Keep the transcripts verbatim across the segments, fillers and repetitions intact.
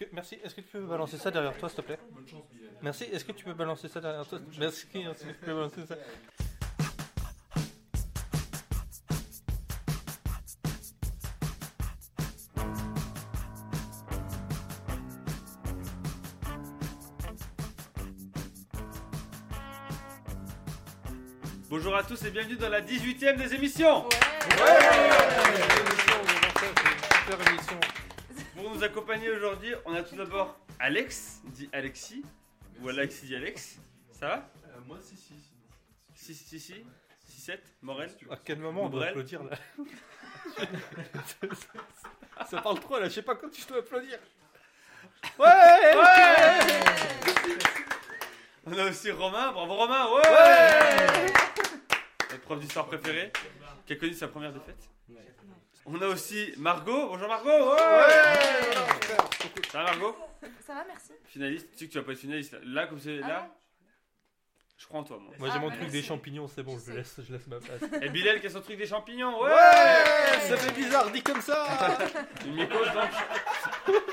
que, merci. Est-ce que tu peux me balancer ça derrière toi, s'il te plaît? Bonne chance, Bilal. Merci. Est-ce que tu peux balancer ça derrière toi? Merci. Est-ce que tu peux balancer ça? Bonjour à tous et bienvenue dans la dix-huitième des émissions. Ouais, ouais. Super émission. Pour nous accompagner aujourd'hui, on a tout d'abord Alex, dit Alexis, ou Alexis dit Alex. Ça va? Euh, Moi, si, si. sinon. Si, si, si. six sept, Morel. À quel moment on doit Brel. applaudir là? Ça parle trop là, je sais pas quand tu dois applaudir. Ouais, ouais. On a aussi Romain, bravo Romain, ouais, ouais. Notre prof d'histoire préféré, qui a connu sa première défaite. On a aussi Margot, bonjour Margot, ouais, ouais. Ça va Margot? Ça va, merci. Finaliste, tu sais que tu vas pas être finaliste là, là comme c'est Ah là, ouais. je crois en toi moi. Moi j'ai Ah, mon bah, truc merci. des champignons, c'est bon, Je je sais. laisse, je laisse ma place. Et Bilal qui a son truc des champignons, ouais, Ouais, ça fait bizarre dit comme ça. Une mycose donc.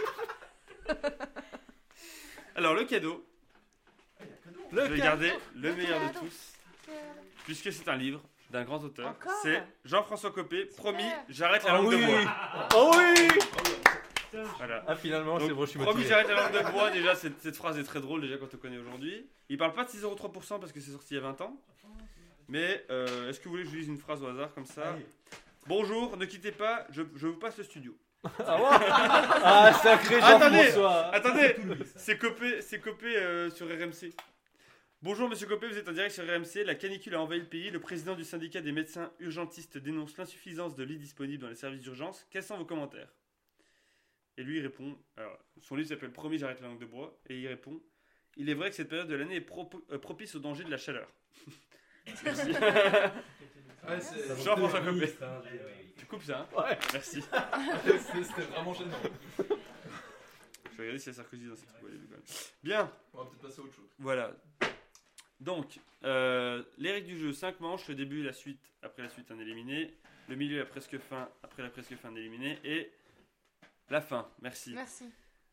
Alors le cadeau, Le je vais cas. garder le Le meilleur de cadeau. tous, puisque c'est un livre d'un grand auteur. Encore C'est Jean-François Copé, promis, Super. j'arrête la Ah langue oui. de bois. Oh oui. Voilà. Ah finalement c'est Donc, bon, je suis promis, motivé. j'arrête la langue de bois. Déjà, cette, cette phrase est très drôle déjà quand on connaît aujourd'hui. Il parle pas de six virgule trois pour cent parce que c'est sorti il y a vingt ans. Mais euh, est-ce que vous voulez que je lise une phrase au hasard comme ça? Bonjour, ne quittez pas, je, je vous passe le studio. Ah, ouais. Ah sacré Attendez. Jean-François. Attendez, c'est Copé, c'est Copé euh, sur R M C. Bonjour Monsieur Copé, vous êtes en direct sur R M C. La canicule a envahi le pays. Le président du syndicat des médecins urgentistes dénonce l'insuffisance de lits disponibles dans les services d'urgence. Quels sont vos commentaires? Et lui il répond, alors, son livre s'appelle Promis, j'arrête la langue de bois. Et il répond, il est vrai que cette période de l'année est pro- euh, propice au danger de la chaleur. Merci. Ouais, c'est- Jean-François Copé. Tu coupes ça, hein? Ouais. Merci. C'était c'était vraiment gênant. Je vais regarder s'il y a Sarkozy dans cette vidéo quand même. Bien. On va peut-être passer à autre chose. Voilà. Donc, euh, les règles du jeu, cinq manches, le début, la suite, après la suite, un éliminé. Le milieu, la presque fin, après la presque fin, un éliminé. Et la fin. Merci. Merci.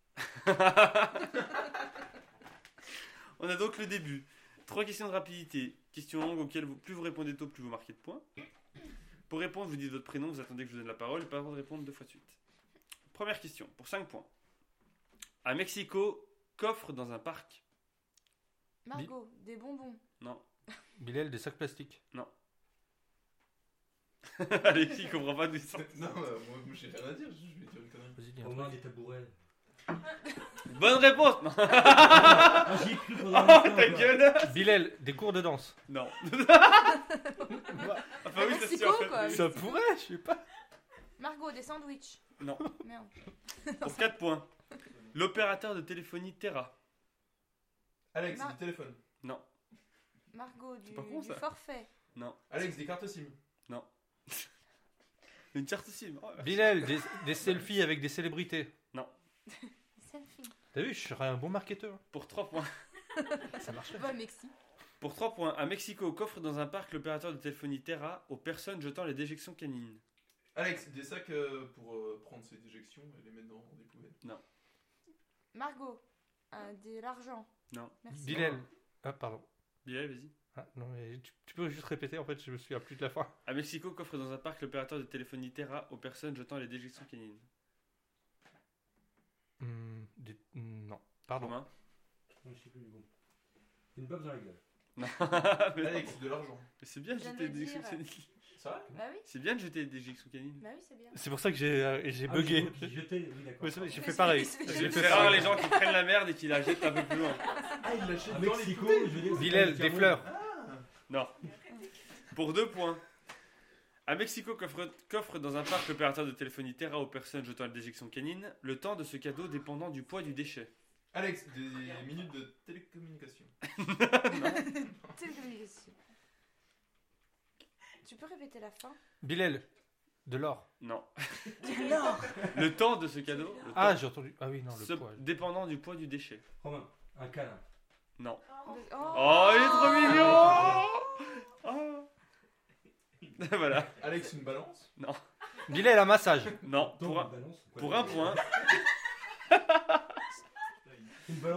On a donc le début. Trois questions de rapidité. Questions longues auxquelles vous, plus vous répondez tôt, plus vous marquez de points. Pour répondre, vous dites votre prénom, vous attendez que je vous donne la parole, pas avant de répondre deux fois de suite. Première question, pour cinq points. À Mexico, coffre dans un parc. Margot, des bonbons. Non. Bilal, des sacs plastiques. Alexis, il comprend pas d'où ils sont. Non, euh, moi, moi, j'ai rien à dire, je vais dire une connerie. Vas-y, dis un Au truc. moins des tabourets. Bonne réponse. Non. Ah, j'y ai cru pendant un instant, Ta quoi. gueule. Bilal, des cours de danse. Non. Enfin oui, c'est Mexico, sûr. en fait. quoi. Ça pourrait, je sais pas. Margot, des sandwichs. Non. Merde. Pour quatre points. L'opérateur de téléphonie Terra. Alex, Non. du téléphone. Non. Margot, du, pas con, du ça. forfait. Non. Alex, des cartes SIM. Une carte SIM. Oh, Bilal, des, des selfies avec des célébrités. Selfie. T'as vu, je serais un bon marketeur. Pour trois points. Ça marcherait. Va, Mexi. Pour trois points. À Mexico, coffre dans un parc l'opérateur de téléphonie Terra aux personnes jetant les déjections canines. Alex, des sacs euh, pour euh, prendre ses déjections et les mettre dans des poubelles. Margot, euh, de l'argent. Non. Merci. Bilal. Ah, pardon. Bilal, vas-y. Ah, non, mais tu, tu peux juste répéter, en fait, je me souviens plus de la fin. À Mexico, coffre dans un parc l'opérateur de téléphonie Terra aux personnes jetant les déjections canines. Hmm, des- hmm, non, pardon. Romain. Non, je sais plus, bon. Une box dans la gueule. Non. Mais Alex, de l'argent. c'est bien de Je viens jeter de des le déjections dire. canines. C'est vrai? Bah oui, C'est bien de jeter des déjections canines. bah oui, c'est bien. C'est pour ça que j'ai euh, j'ai Ah, bugué. oui, j'ai jeté, oui, d'accord. Oui, c'est vrai, j'ai Mais fait c'est- pareil. c'est- J'ai fait C'est rare pareil. les gens qui prennent la merde et qui la jettent un peu plus loin. Ah, il l'achète À dans les Mexico, poubelles. je veux dire. c'est Bilal, pas des entièrement- fleurs. Non. Pour deux points. À Mexico, coffre, coffre dans un parc l'opérateur de téléphonie Terra aux personnes jetant la déjection canine, le temps de ce cadeau dépendant du poids du déchet. Alex, des minutes de télécommunication. Télécommunication. Tu peux répéter la fin? Bilal, de l'or. Non. Non. Le temps de ce cadeau, le Ah, temps j'ai entendu. Ah oui, non, le ce- poids. dépendant du poids du déchet. Romain, un câlin. Non. Oh, Oh, il est trop mignon. Oh. Voilà. Alex, une balance. Bilal, un massage. Non. Donc, Pour un, balance, quoi. pour un point.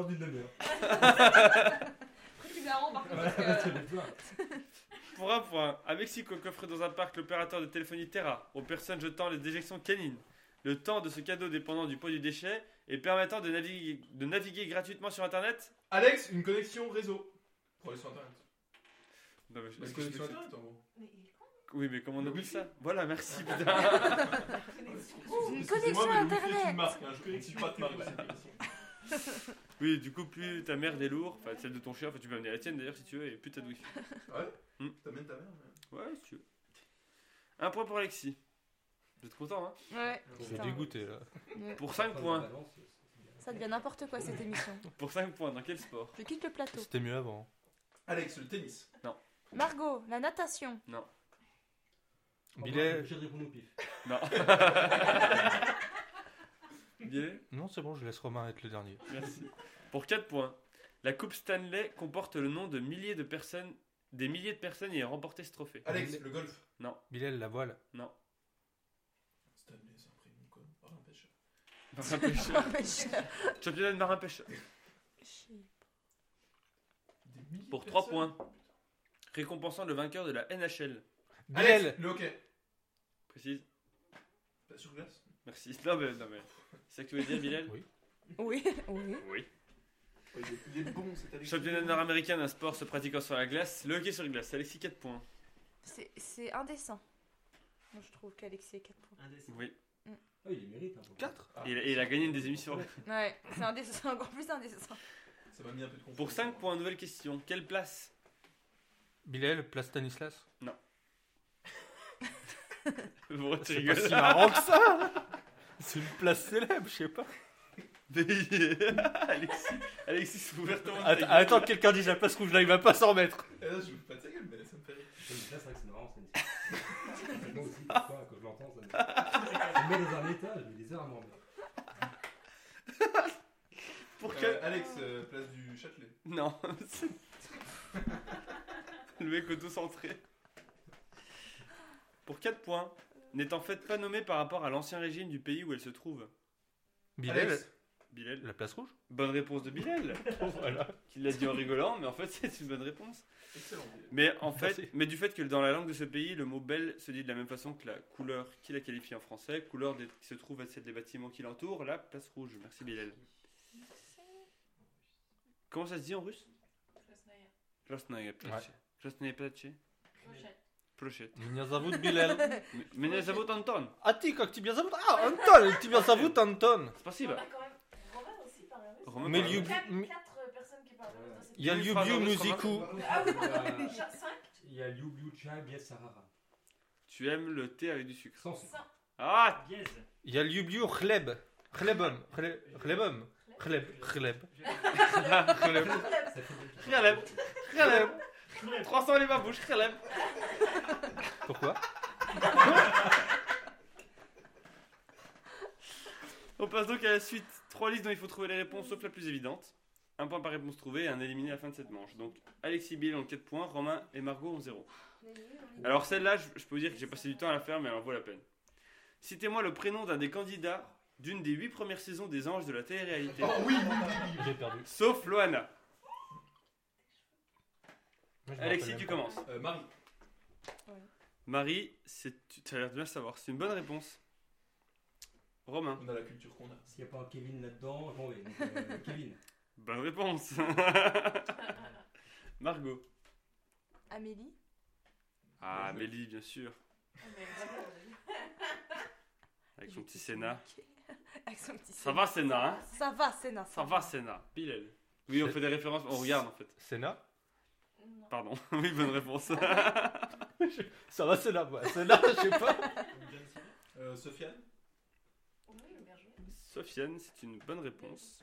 d'une demi-heure. Après, tu garant par contre. Ouais, parce que- ouais, tu l'as plein. Pour un point, à Mexico, qu'offre dans un parc l'opérateur de téléphonie Terra aux personnes jetant les déjections canines. Le temps de ce cadeau dépendant du poids du déchet et permettant de naviguer, de naviguer gratuitement sur Internet. Alex, une connexion réseau. Pour aller sur internet. Non, mais je- Une est-ce que connexion je- internet en gros. Mais il est con. Oui, mais comment on Le appelle wifi. ça? Voilà, merci. putain. Une Excusez-moi, connexion mais le wifi est Internet. une marque, hein, je ne suis pas de marque dans cette émission. Oui, du coup, plus ta merde est lourde, enfin celle de ton chien, enfin, tu peux amener la tienne d'ailleurs si tu veux, et plus t'as de wifi. Ouais Hmm. T'amènes ta mère mais- Ouais, si tu veux. Un point pour Alexis. Vous êtes content, hein? Ouais. Je suis Putain. dégoûté là. Ouais. Pour cinq Enfin, points. la balance, c'est- c'est bien. Ça devient n'importe quoi cette émission. Pour cinq points, dans quel sport? Je quitte le plateau. C'était mieux avant. Alex, le tennis. Margot, la natation. Non. On va Billet- voir, je vais répondre au pif. Non. Bien, Non, c'est bon, je laisse Romain être le dernier. merci. Pour quatre points. La Coupe Stanley comporte le nom de milliers de personnes, des milliers de personnes ayant remporté ce trophée. Alex, le golf. Bilal, la voile. Stanley, c'est un prénom quoi. Par un pêcheur. Marin pêcheur. Championnat de marin pêcheur. Des milliers Pour de trois personnes. points. Récompensant le vainqueur de la N H L. Bilal, Alex, le hockey. Précise. Bah, sur glace. Merci. Non mais, non mais. C'est ça que tu veux dire, Bilal? Oui. Oui, oui. Oui. Ouais, il est- il est bon cet Alex. Championnat nord-américain d'un sport se pratiquant sur la glace. Le hockey sur glace. Alexis, quatre points. C'est c'est indécent. Moi je trouve qu'Alexis est quatre points. Oui. Ah, il les mérite un peu. quatre. Ah, Et il a, et il a gagné une des émissions. Ouais, c'est indécent, c'est encore plus indécent. Ça m'a mis un peu de confiance. Pour cinq points, nouvelle question. Quelle place? Bilal, place Stanislas. Vous tu C'est pas rigoles. si marrant que ça. C'est une place célèbre, je sais pas. Mais- Alexis, Alexis, c'est ouvertement. de ta Attends, gueule. attends que quelqu'un dise la place rouge là, il va pas s'en mettre. Eh là, je veux pas de sa gueule, mais ça me fait rire. Là, c'est vrai que c'est marrant, c'est une... Moi aussi, parfois, quand je l'entends, ça me... ça me met dans un état, j'ai des heures à m'en remettre. Pour Euh, que. Alex, euh, place du Châtelet. Non. c'est- Le mec auto-centré. Pour quatre points. N'est en fait pas nommée par rapport à l'ancien régime du pays où elle se trouve. Bilal, Alex, Bilal. la place rouge. Bonne réponse de Bilal. Voilà. Qui l'a dit en rigolant, mais en fait c'est une bonne réponse. excellent. Mais en fait, Merci. mais du fait que dans la langue de ce pays, le mot belle se dit de la même façon que la couleur qui la qualifie en français, couleur des- qui se trouve à celle des bâtiments qui l'entourent, la place rouge. Merci Bilal. Comment ça se dit en russe? Krasnaya Plache. Krasnaya Plache. Prochette. Меня зовут Билал. Меня зовут Антон. А ты как тебя зовут? А, Антон, тебя зовут Антон. Спасибо. On a quand même Romain aussi par là. Romain Mais parle Liu- russe. Quatre, mais- quatre personnes qui parlent russe dans cette Я Une phrase en люблю russe, музыку. Ah oui, Euh, déjà cinq. Il y a Liu Liu Chai Bies Sarara. Tu aimes le thé avec du sucre. Sans sucre. Cinq. Ah. Я люблю хлеб. Хлебом. Хле- Хлебом. Хлеб. Хлеб. Khaleb. Ça fait des- Khaleb. Khaleb. trois cents les ma bouche. Khaleb. Pourquoi? On passe donc à la suite. Trois listes dont il faut trouver les réponses sauf la plus évidente. Un point par réponse trouvée et un éliminé à la fin de cette manche. Donc Alexis Bill ont quatre points, Romain et Margot ont zéro. Alors celle-là, je, je peux vous dire que j'ai passé du temps à la faire, mais elle en vaut la peine. Citez-moi le prénom d'un des candidats d'une des huit premières saisons des Anges de la télé-réalité. Oh oui, oui, oui, oui. J'ai perdu. Sauf Loana. Moi, je me Alexis, rappelle tu même pas. commences. Euh, Marie. Marie, c'est, tu as l'air de bien savoir. C'est une bonne réponse. Romain. On a la culture qu'on a. S'il n'y a pas un Kevin là-dedans, j'en vais. Donc, euh, Kevin. Bonne réponse. Margot. Amélie. Ah, Amélie, bien sûr. Avec son petit Sénat. Avec son petit Ça va, Sénat, hein? Ça va, Sénat. Ça va, Sénat. Bilal. Oui, on C'est- fait des références, on regarde en fait. Sénat. Pardon. Oui, bonne réponse. Ça va, Sénat. Ouais, Sénat, je sais pas. Euh, Sofiane. Oui, bien joué. Sofiane, c'est une bonne réponse.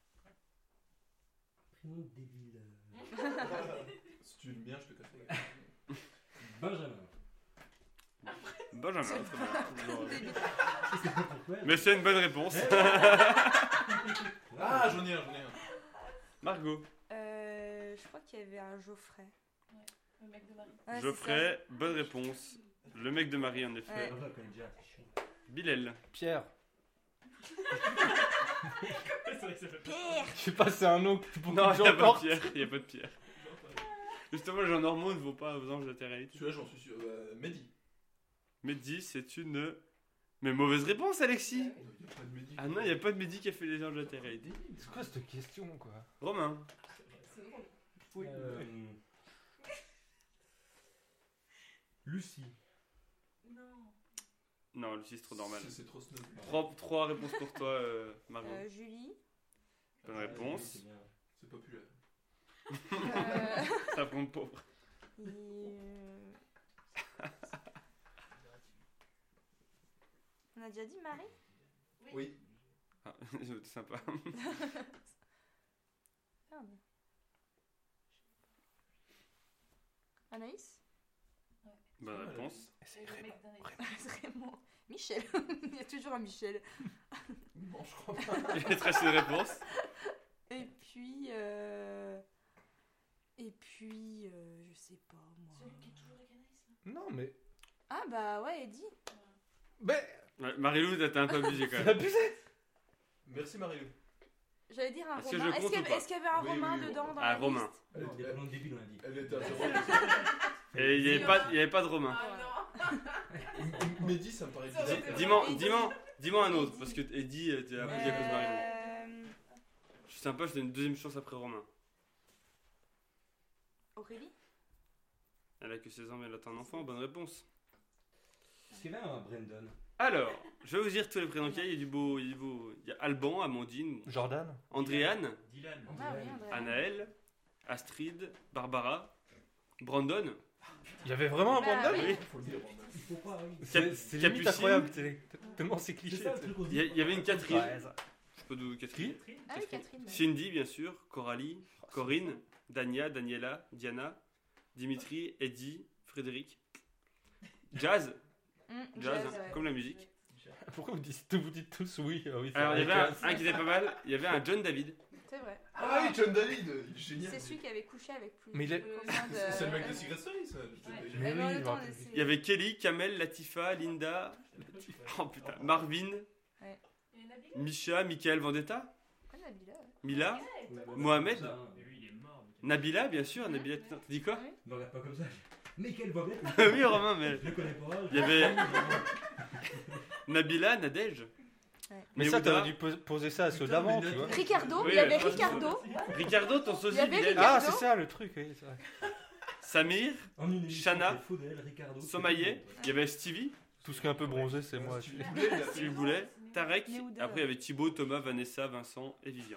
Prénom débile. euh, Si tu veux bien, je te casse la gueule. Benjamin. Benjamin, très bien. Je sais pas pourquoi. Mais c'est une bonne réponse. Ah, j'en ai un, j'en ai un. Margot. Euh, je crois qu'il y avait un Geoffrey. Le mec de Marie. Ouais, c'est Geoffrey, bonne réponse. Le mec de Marie, en effet. Ouais. Ah, je la connais déjà, c'est chiant. Bilal. Pierre. Pierre. Je sais pas, c'est un nom que beaucoup Non, de il n'y gens a pas de portent. pierre. Il n'y a pas de pierre. Justement, les gens normaux ne vont pas aux anges de la télé-réalité. Celui-là, j'en suis sûr. Euh, Mehdi. Mehdi, c'est une. Mais mauvaise réponse, Alexis. Il n'y a pas de Mehdi. Ah non, il n'y a pas de Mehdi qui a fait les anges de la télé-réalité. C'est quoi cette question, quoi? Romain. C'est drôle. Oui. Euh, Lucie. Non. Non, Lucie, c'est trop normal. C'est- C'est trop snob. Trois, trois réponses pour toi, euh, Margot. Euh, Julie. Bonne Ah, réponse. c'est bien. C'est populaire. Euh, Ça prend pauvre. et, euh, On a déjà dit Marie. Oui. Ah, c'est sympa. Merde. Anaïs. Bonne Ouais, réponse. C'est le mec d'Anaïs. Vraiment. Michel. Il y a toujours un Michel. Non, je crois pas. Il est très une réponse. Et puis. Euh... Et puis. euh, Je sais pas moi. Celui qui est toujours avec Anaïs, là. Non, mais. Ah bah ouais, Eddie. Mais. Ouais, Marie-Lou, t'as un peu abusé quand C'est même. abusé! Merci Marilou. J'allais dire un Est-ce que Romain. je Est-ce compte qu'il y, ou avait- pas est-ce qu'il y avait un Oui, Romain oui, oui, dedans Romain. dans Ah, la Romain. liste Elle, Non, des elle- prénoms de débiles, on a dit. elle était à zéro. Et il n'y avait, pas- il y avait pas de Romain. Ah non. Mehdi, ça me paraît Ça aurait bizarre. été Dis-moi Eddie. dis-moi- dis-moi un autre, parce que Eddie, euh, t'es appris à cause de Marie-Lou. Euh, Je suis sympa, je donne une deuxième chance après Romain. Aurélie. Elle a que seize ans, mais elle attend un enfant, bonne réponse. Est-ce qu'il y avait un Brandon? Alors, je vais vous dire tous les prénoms qu'il y a. Il y a du beau, il y a, du beau- il y a Alban, Amandine, Jordan? Andréane, Dylan. Ah oui, André. Anaël, Astrid, Barbara, Brandon, Il y avait vraiment un Bah, Brandon? oui. Faut le dire, Romain. Il faut pas, oui. C'est c'est Capucine. limite incroyable, t'es- tellement c'est C'est cliché. ça le truc il y, a- il y avait une Catherine, Ouais, ça- je sais pas d'où Catherine, Ah oui, Catherine. ouais. Cindy bien sûr, Coralie, Corinne, Dania, Daniela, Diana, Dimitri, Eddie, Frédéric, Jazz, Hum, Jazz, Jazz, ouais. comme la musique. Pourquoi vous dites, vous dites tous oui? Ah oui, c'est Alors il y vrai avait que- un, un qui était pas mal, il y avait un John David. C'est vrai. Ah oui, John David, il est génial. C'est celui qui avait couché avec plus. Mais il est- combien de- C'est c'est le mec de Secret Story, ça. John Ouais. David. Mais Mais en oui, même je temps, me rappelle. c'est- Il y avait Kelly, Kamel, Latifa, Linda, oh putain, Marvin, Il y a Nabila. Misha, Michael Vendetta, Ah, Nabila, ouais. Mila, Ouais, ouais, Mohamed. c'est ça, hein. Mais lui, il est mort. Nabila bien sûr, Nabila, Ouais. t'as dit quoi? Ah oui. Ne regarde pas comme ça. Mais quelle voix bête. Oui Romain, mais Je le connais pas. il y avait Nabila, Nadège. Mais ça, Yehuda, t'aurais dû pos- poser ça à ceux Putain, d'avant, mais tu vois. Ricardo, Oui, il y avait ouais, Ricardo. Ricardo, ton Il y sosie, avait Bilal. Ricardo. Ah, c'est ça le truc, oui, c'est vrai. Samir, En une émission, Chana, c'est Faudel, Ricardo. Somaillet, il y avait Stevie, Tout ce qui est un peu bronzé, c'est moi. Stevie Boulet, il a fait- Stevie Boulet, Tarek, Yehuda, après il y avait Thibaut, Thomas, Vanessa, Vincent et Vivian.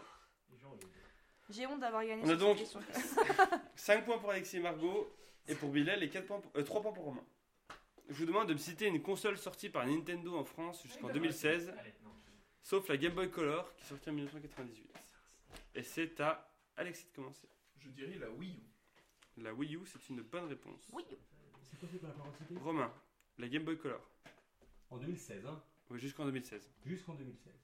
J'ai honte d'avoir gagné On a cette donc- question. cinq points pour Alexis et Margot, et pour Bilal, et quatre points pour- euh, trois points pour Romain. Je vous demande de me citer une console sortie par Nintendo en France jusqu'en deux mille seize, Allez, non. sauf la Game Boy Color qui est sortie en mille neuf cent quatre-vingt-dix-huit. Et c'est à Alexis de commencer. Je dirais la Wii U. La Wii U, c'est une bonne réponse. Oui. C'est quoi, c'est qu'on a pas cité Romain, la Game Boy Color. En deux mille seize, hein. Oui, jusqu'en deux mille seize. Jusqu'en deux mille seize.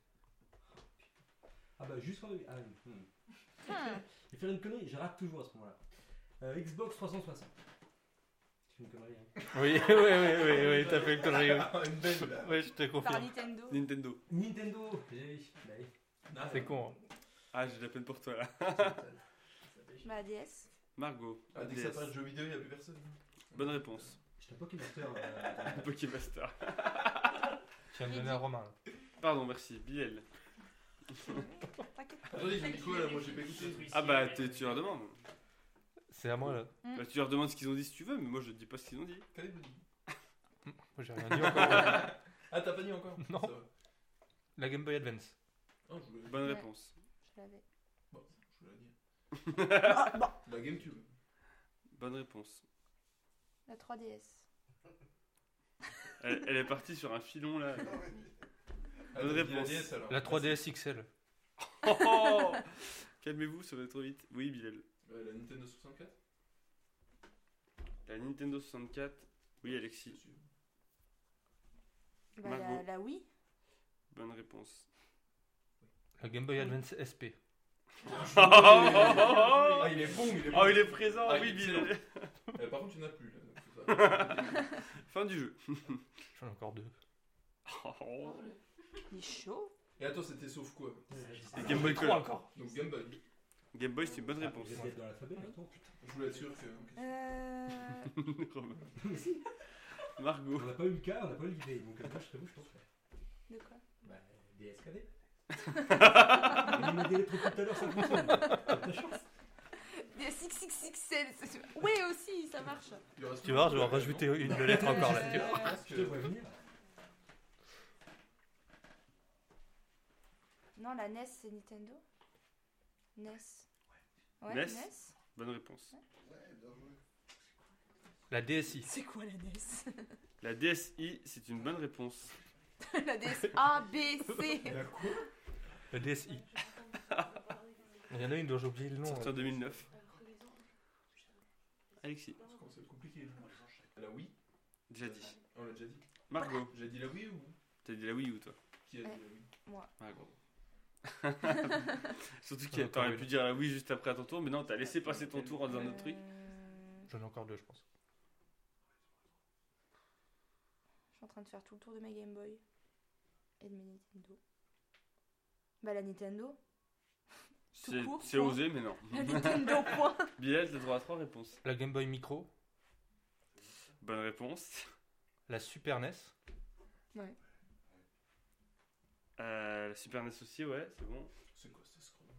Ah bah jusqu'en deux mille... Ah oui. hmm. Hmm. Je vais faire une connerie, je rate toujours à ce moment-là. Euh, Xbox trois cent soixante. C'est une connerie, hein. Oui, oui, oui, oui, oui, t'as fait une connerie. oui. Ah, une belle là. Ouais, je te Par confirme. Nintendo. Nintendo. Nintendo. Eh oui, bah oui. Ah, C'est con. hein. Ah, j'ai de la peine pour toi là. Ma D S. Margot. Ah, dès que ça parle de jeux vidéo, il n'y a plus personne. Bonne réponse. J'étais un Pokémaster. Euh... Pokémaster. Tu viens de donner à Romain. là. Pardon, merci. Bilal. T'inquiète. Attendez, j'ai dit quoi là? Moi j'ai pas écouté. Ah bah, tu tu leur demandes. C'est à moi là. Bah, tu leur demandes ce qu'ils ont dit si tu veux, mais moi je te dis pas ce qu'ils ont dit. Qu'avez-vous dit? Moi j'ai rien dit encore. Ah, t'as pas dit encore? Non. Ça va. La Game Boy Advance. Ah, je voulais. Bonne Ouais. réponse. Je l'avais. Bon, je voulais la dire. Ah, bon. La GameCube. Bonne réponse. La trois D S. Elle, elle est partie sur un filon là. Ah, Bonne t'as dit réponse. la D S, alors. La trois D S X L. Oh, oh calmez-vous, ça va trop vite. Oui, Bilal. Euh, la Nintendo soixante-quatre. La Nintendo soixante-quatre. Oui, Alexis. Bah, la, Margot. la Wii. Bonne réponse. La Game Boy Advance S P. Ah, il est bon, il est bon. Oh, il est présent, Ah, oui, excellent. Bilal. Euh, par contre, tu n'as plus là. donc c'est ça. Fin du jeu. J'en ai encore deux. Oh. Il est chaud. Et attends, c'était sauf quoi? Et Game Boy Trois Color. encore. Donc Game Boy. Game Boy, c'est une bonne réponse. Vous êtes dans l'alphabet, attends, putain. Je voulais être sûr que. Euh... Romain. Si. Margot. On n'a pas eu le cas, on n'a pas eu l'idée. Donc, moi, je serais vous, je pense. Ouais. De quoi? Bah, D S K D. Il m'a dit les trucs tout à l'heure, ça fonctionne. T'as ta chance. Des six six X L. Oui, aussi, ça marche. Il reste Tu vois, plus je vais en que- rajouter une lettre encore là. tu vois. Euh, Je te vois venir. Non, la N E S, c'est Nintendo. N E S. Ouais, N E N E S. S. Bonne réponse. La D S I. C'est quoi la N E S? La D S I, c'est une bonne réponse. La D S A, B, C. La D S I. Il y en a une dont j'ai oublié le nom. Sortie en deux mille neuf. Alexis. Ça commence à être compliqué. là. La Wii. Déjà dit. On l'a déjà dit. Margot. J'ai dit la Wii ou T'as dit la Wii ou toi? qui a dit Ouais. la Wii? Moi. Margot. Surtout que t'aurais pu dire la Wii juste après à ton tour, mais non, t'as laissé passer ton tour en disant un autre truc. Euh, J'en ai encore deux, je pense. Je suis en train de faire tout le tour de ma Game Boy. Et de mes Nintendo. Bah la Nintendo. Tout C'est court, c'est point. osé, mais non. La Nintendo, point. Bilal, t'as droit à trois réponses. La Game Boy Micro. Bonne réponse. La Super N E S. Euh, la Super N E S aussi, ouais, c'est bon. C'est quoi ce scroll?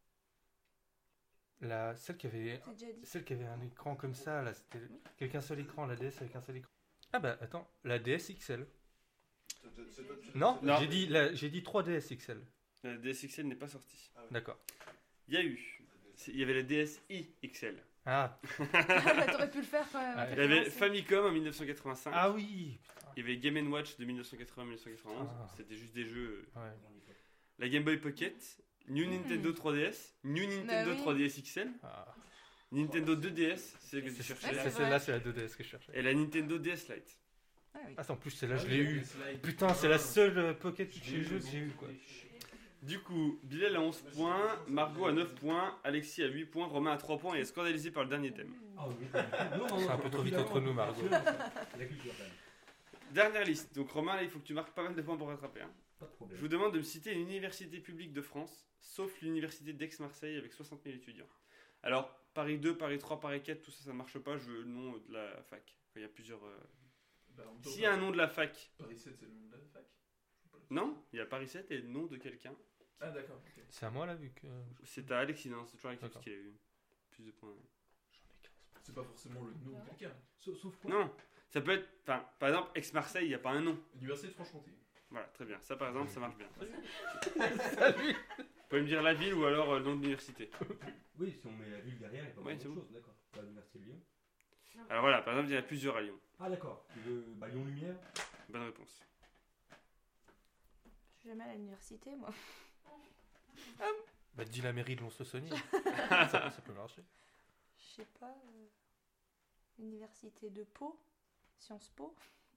La... Celle qui avait... J'ai déjà dit. Celle qui avait un écran comme ça, là, c'était avec un seul écran, la D S avec un seul écran. Ah bah attends, la D S X L. Non, Non. j'ai dit, la- j'ai dit trois D S X L. La D S X L n'est pas sortie. D'accord. Il y a eu. c'est- Il y avait la D S I X L. Ah, Bah, t'aurais pu le faire quand même. Ouais. Il y avait Famicom en mille neuf cent quatre-vingt-cinq. ah oui. Il y avait Game and Watch de mille neuf cent quatre-vingts à mille neuf cent quatre-vingt-onze. Ah. C'était juste des jeux. Ouais. La Game Boy Pocket. New Nintendo trois D S. New Nintendo oui. trois D S X L. Ah. Nintendo deux D S. C'est celle que tu C'est cherchais. Ouais, c'est c'est celle-là, vrai. c'est la deux D S que je cherchais. Et la Nintendo D S Lite. Ah oui. Ah, en plus, celle-là, je Ah l'ai oui, eu. la slide. Putain, c'est la seule euh, Pocket J'ai chez eu jeu le que j'ai eu, quoi. Du coup, Bilal a onze points, Margot a neuf points, Alexis a huit points, Romain a trois points et est scandalisé par le dernier thème. Ah oui, non, non, non, C'est un non, peu trop vite non, entre non, nous, Margot. c'est la culture, quand même. Dernière liste. Donc Romain, là, il faut que tu marques pas mal de points pour rattraper. hein. Pas de Je problème. vous demande de me citer une université publique de France, sauf l'université d'Aix-Marseille avec soixante mille étudiants. Alors, Paris deux, Paris trois, Paris quatre, tout ça, ça ne marche pas. Je veux le nom de la fac. Quand il y a plusieurs. euh, Bah, en même temps, S'il y a un nom de la fac. Paris sept, c'est le nom de la fac. Non, il y a Paris sept et le nom de quelqu'un. Ah, d'accord. ok. C'est à moi, là, vu que... C'est à Alexis, non, c'est toujours Alexis D'accord. qui a eu plus de points. C'est pas forcément le nom de quelqu'un. Sauf, sauf quoi? Non, ça peut être. Enfin, par exemple, Aix-Marseille, il n'y a pas un nom. Université de Franche-Comté. Voilà, très bien. Ça, par exemple, ça marche bien. Vous pouvez me dire la ville ou alors euh, le nom de l'université. Oui, si on met la ville derrière, il n'y a pas Ouais, beaucoup c'est de bon. choses, d'accord. Pas l'université de Lyon. Alors voilà, par exemple, il y en a plusieurs à Lyon. Ah, d'accord. Tu veux bah, Lyon Lumière? Bonne réponse. Je suis jamais à l'université, moi. Bah, dis la mairie de Lons-le-Saunier. ça, ça peut marcher. Je sais pas. euh, Université de Pau. Sciences Po.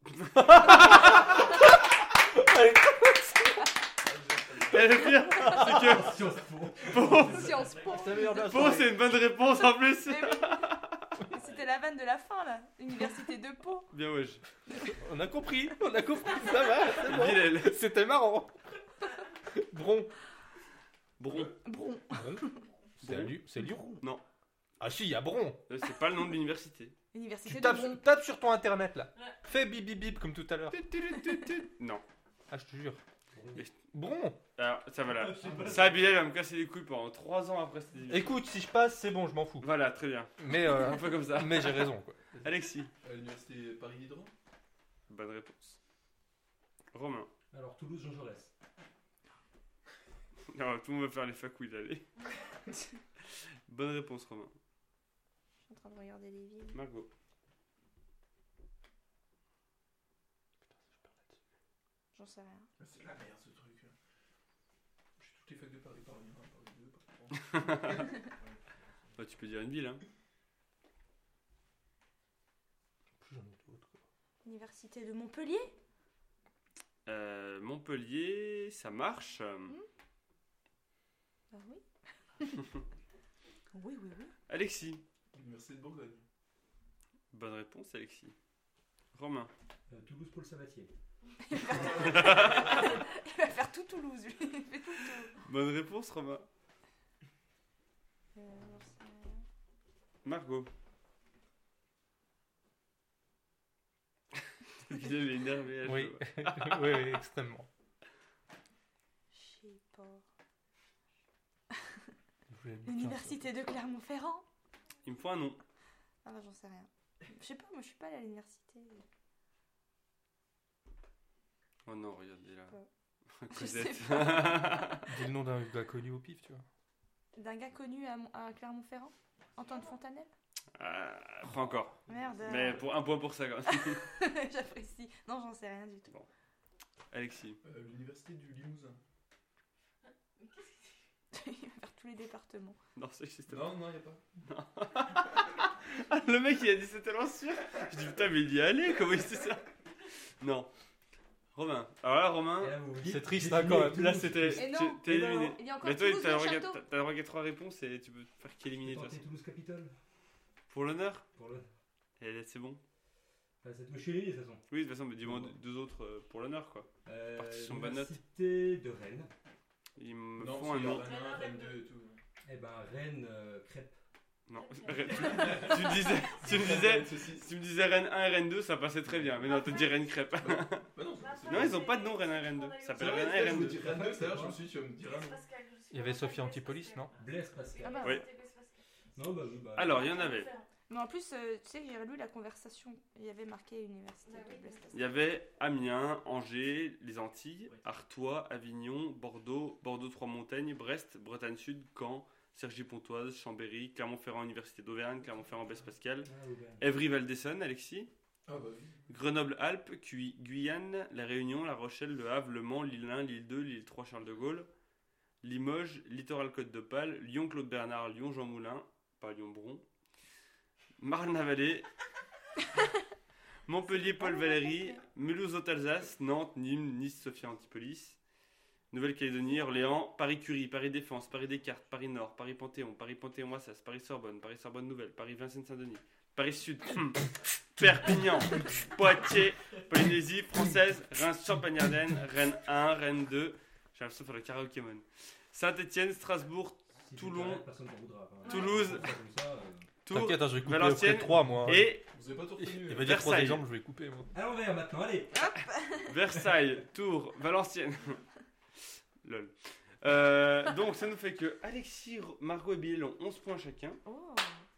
Et le pire, c'est que Sciences Po. Pau, Sciences Po. C'est la meilleure de la Pau, soirée. c'est une bonne réponse en plus. Mais oui. Mais c'était la vanne de la fin, là. Université de Pau. Bien wesh. On a compris, on a compris, ça va, c'est bon. Bilal. C'était marrant. Bron. Bron. Bron. C'est à Lyon. C'est Lyon. Non, Ah si, il y a Bron. euh, c'est pas le nom de l'université. Université Tu de tapes, Bron. tape sur ton internet là. Fais bip bip bip comme tout à l'heure. Non. Ah, je te jure. Mais- Bron. Alors, ça va là. Ça, Bilal va me casser les couilles pendant trois ans après cette émission. Écoute, si je passe, c'est bon, je m'en fous. Voilà, très bien. Mais, euh, Un peu comme ça. mais j'ai raison quoi. Alexis. À l'université Paris Diderot. Bonne réponse. Romain. Alors, Toulouse, Jean Jaurès. Non, tout le monde va faire les facouilles d'aller. Bonne réponse, Romain. Je suis en train de regarder les villes. Margot. J'en sais rien. Ah, c'est la merde ce truc. J'ai toutes les facs de Paris, Paris un, Paris deux, Paris trois. Bah, tu peux dire une ville, hein. Plus j'en ai d'autres quoi. Université de Montpellier. Euh, Montpellier, ça marche. Ah oui. Oui, oui, oui. Alexis. L'université de Bourgogne. Bonne réponse, Alexis. Romain. Euh, Toulouse, Paul Sabatier. Il va faire tout Toulouse, lui. Il fait tout le tour. Bonne réponse, Romain. Euh, j'en sais rien. Margot. Bilal est énervé. à Oui. chaud. oui, oui, extrêmement. Je sais pas. Je voulais le bouquin, L'université de Clermont-Ferrand. Il me faut un nom. Ah bah j'en sais rien. Je sais pas, moi je suis pas allée à l'université. Oh non, regardez là. Je Cosette. sais ça. Dis le nom d'un gars connu au pif, tu vois. D'un gars connu à, Mon- à Clermont-Ferrand. Antoine Fontanelle. Ah, pas encore. Merde. Mais pour un point pour ça, quand même. J'apprécie. Non, j'en sais rien du tout. Alexis. Euh, L'université du Limousin. Il va faire tous les départements. Non, ça existe pas. Non, non, y a pas. Ah, le mec, il a dit c'était tellement sûr. Je dis putain, mais il y est allé, comment il sait ça? Non. Romain. Alors là, Romain. Et là, vous vous dites, C'est triste, j'ai hein, quand fini même. Toulouse. Là, c'était. Et non, tu- T'es eh ben, éliminé. il y a encore Mais toi, Toulouse, t'as le droit Neuchâtel. qu'à- t'as le droit qu'à trois réponses et tu peux faire qu'éliminer de toute Tenter façon. Toulouse Capitole Pour l'honneur. pour le. Et là, c'est bon. Enfin, ça te touche les de toute façon. Oui, de toute façon, mais dis-moi deux, deux autres euh, pour l'honneur, quoi. Euh, Partition bonne note. L'université de Rennes. Ils me Non, font un parce qu'il y a nom. Rennes un, Rennes deux et tout. Eh ben, Rennes euh, crêpe. Non. tu, tu me disais, tu me disais, si tu me disais Rennes un et Rennes deux, ça passait très bien. Mais non, t'as dit Rennes crêpe. Bah non, c'est- Non, ils ont pas de nom Rennes un et Rennes deux. Ça c'est s'appelle vrai, Rennes un et je Rennes me deux. dis Rennes deux, d'ailleurs, je me suis dit, tu vas me dire un nom. Il y avait Sophie Antipolis, non? Blaise Pascal. Ah bah, Oui. Non, bah oui, bah. Alors, il y en avait. Mais en plus, euh, tu sais que j'ai lu la conversation. Il y avait marqué Université de Blaise Il y avait Amiens, Angers, les Antilles, Artois, Avignon, Bordeaux, Bordeaux-Trois-Montagnes, Brest, Bretagne-Sud, Caen, Cergy-Pontoise, Chambéry, Clermont-Ferrand, Université d'Auvergne, Clermont-Ferrand, Blaise Pascal, Ah, Auvergne. Évry-Val-d'Essonne, Alexis, Ah bah oui. Grenoble-Alpes, Cuy- Guyane, La Réunion, La Rochelle, Le Havre, Le Mans, Lille un, Lille deux, Lille trois, Charles de Gaulle, Limoges, Littoral-Côte d'Opale, Lyon-Claude Bernard, Lyon-Jean Moulin, pas Lyon-Bron, Marne-la-Vallée, Montpellier-Paul Valéry, Mulhouse-Haute-Alsace, Nantes, Nîmes, Nice, Sophia Antipolis, Nouvelle-Calédonie, Orléans, Paris-Curie, Paris-Défense, Paris-Descartes, Paris-Nord, Paris-Panthéon, Paris-Panthéon-Assas, Paris-Sorbonne, Paris-Sorbonne Nouvelle, Paris-Vincennes-Saint-Denis, Paris-Sud, Perpignan, Poitiers, Polynésie française, Reims, Champagne-Ardenne, Rennes un, Rennes deux, j'ai l'impression de faire le karaoké mon. Saint-Étienne, Strasbourg, Si tu Toulon, t'arrêtes, personne t'en voudra. Enfin, Toulouse, comme ça, comme ça, euh. Tours, T'inquiète, hein, je vais couper Valenciennes après trois, moi. hein. et Vous avez pas tout Il retenu. il hein. va dire trois Versailles. exemples, je vais couper, moi. À l'envers maintenant, allez. Versailles, Tours, Valenciennes. Lol. Euh, donc ça nous fait que Alexis, Margot et Bill ont onze points chacun. Oh.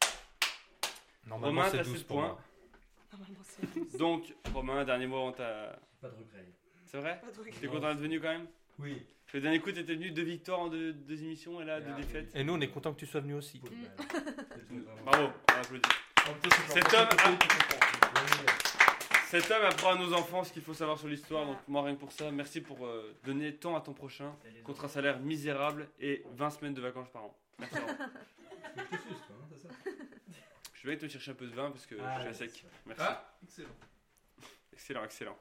Normalement, Romain, c'est t'as douze sept pour points. moi. Normalement, c'est douze. Donc Romain, dernier mot avant ta... Pas de regret. C'est vrai? Pas de regret. T'es content d'être venu quand même? Oui. Le dernier coup, t'étais venu deux victoires en deux, deux émissions et là deux Ah, défaites. oui. Et nous, on est content que tu sois venu aussi. Faut le Mm. mal. C'est le truc vraiment. Bravo, on applaudit. En même temps, c'est Cet pas- homme a- c'est pas- Oui, Cet homme apprend à nos enfants ce qu'il faut savoir sur l'histoire, Voilà. donc moi rien que pour ça, merci pour euh, donner temps à ton prochain contre un salaire misérable et vingt semaines de vacances par an. Merci. Romain. faut que je te suce, toi, hein, c'est ça. Je vais te chercher un peu de vin parce que Ah, je suis à ouais, sec. c'est ça. Merci. Ah, excellent. Excellent, excellent.